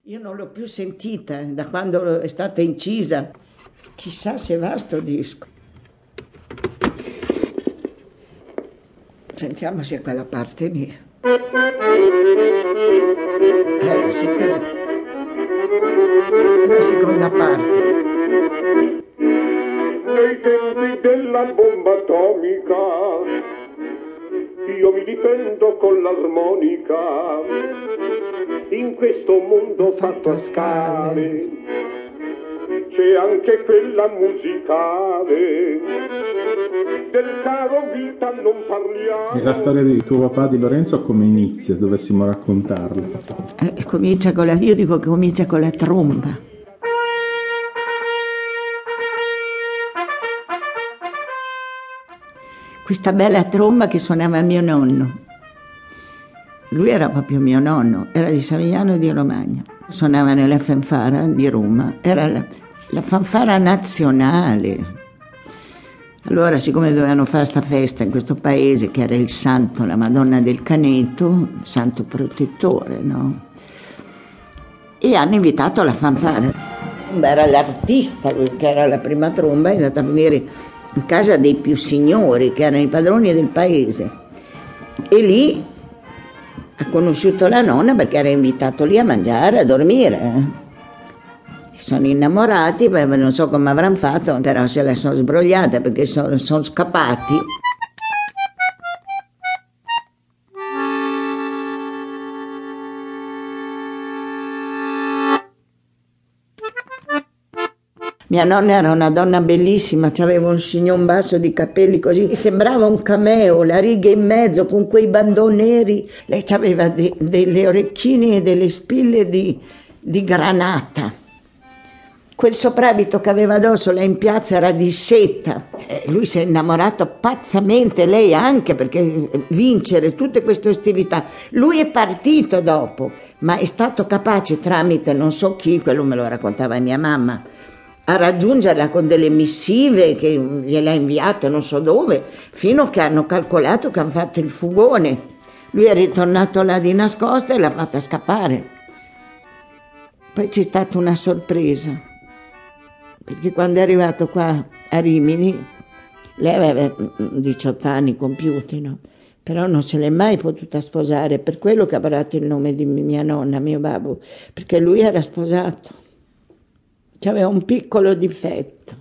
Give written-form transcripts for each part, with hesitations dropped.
Io non l'ho più sentita da quando è stata incisa. Chissà se va sto disco. Sentiamo se è quella parte lì. Sì, questa è la seconda parte. Nei tempi della bomba atomica io mi difendo con l'armonica in questo mondo fatto a scale c'è anche quella musicale del caro vita non parliamo. E la storia di tuo papà, di Lorenzo, come inizia? Dovessimo raccontarla. Comincia con io dico che comincia con la tromba. Questa bella tromba che suonava mio nonno. Lui era proprio mio nonno, era di Savigliano di Romagna. Suonava nella fanfara di Roma, era la fanfara nazionale. Allora, siccome dovevano fare sta festa in questo paese, che era il santo, la Madonna del Caneto, santo protettore, no? E hanno invitato la fanfara. Era l'artista, lui, che era la prima tromba, è andata a venire in casa dei più signori, che erano i padroni del paese. E lì ha conosciuto la nonna perché era invitato lì a mangiare, a dormire. Sono innamorati, poi non so come avranno fatto, però se la sono sbrogliata perché sono scappati. Mia nonna era una donna bellissima, aveva un chignon basso di capelli così, sembrava un cameo, la riga in mezzo con quei bandoni neri. Lei aveva delle orecchine e delle spille di granata. Quel soprabito che aveva addosso là in piazza era di seta. Lui si è innamorato pazzamente, lei anche, perché vincere tutte queste ostilità. Lui è partito dopo, ma è stato capace tramite non so chi, quello me lo raccontava mia mamma, a raggiungerla con delle missive che gliel'ha inviate non so dove, fino che hanno calcolato che hanno fatto il fugone. Lui è ritornato là di nascosto e l'ha fatta scappare. Poi c'è stata una sorpresa, perché quando è arrivato qua a Rimini, lei aveva 18 anni compiuti, no? Però non se l'è mai potuta sposare, per quello che ha dato il nome di mia nonna, mio babbo, perché lui era sposato. C'aveva un piccolo difetto.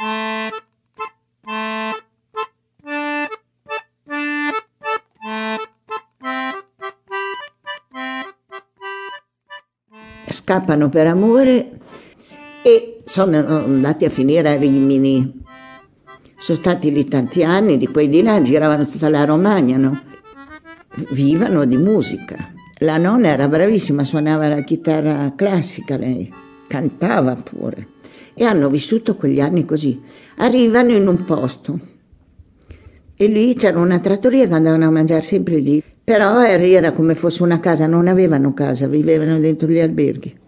Scappano per amore e sono andati a finire a Rimini. Sono stati lì tanti anni, di quei di là, giravano tutta la Romagna, no? Vivano di musica. La nonna era bravissima, suonava la chitarra classica lei. Cantava pure, e hanno vissuto quegli anni così. Arrivano in un posto e lì c'era una trattoria che andavano a mangiare sempre lì, però era come fosse una casa, non avevano casa, vivevano dentro gli alberghi.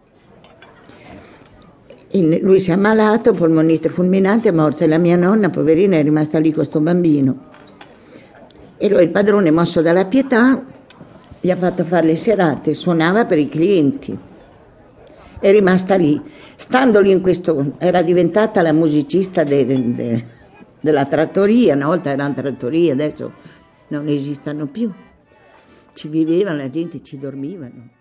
E lui si è ammalato, polmonite fulminante, è morta, e la mia nonna, poverina, è rimasta lì con questo bambino. E lui, il padrone, mosso dalla pietà, gli ha fatto fare le serate, suonava per i clienti. È rimasta lì, stando lì in questo, era diventata la musicista della trattoria, una volta erano trattorie, adesso non esistono più. Ci vivevano, la gente ci dormivano.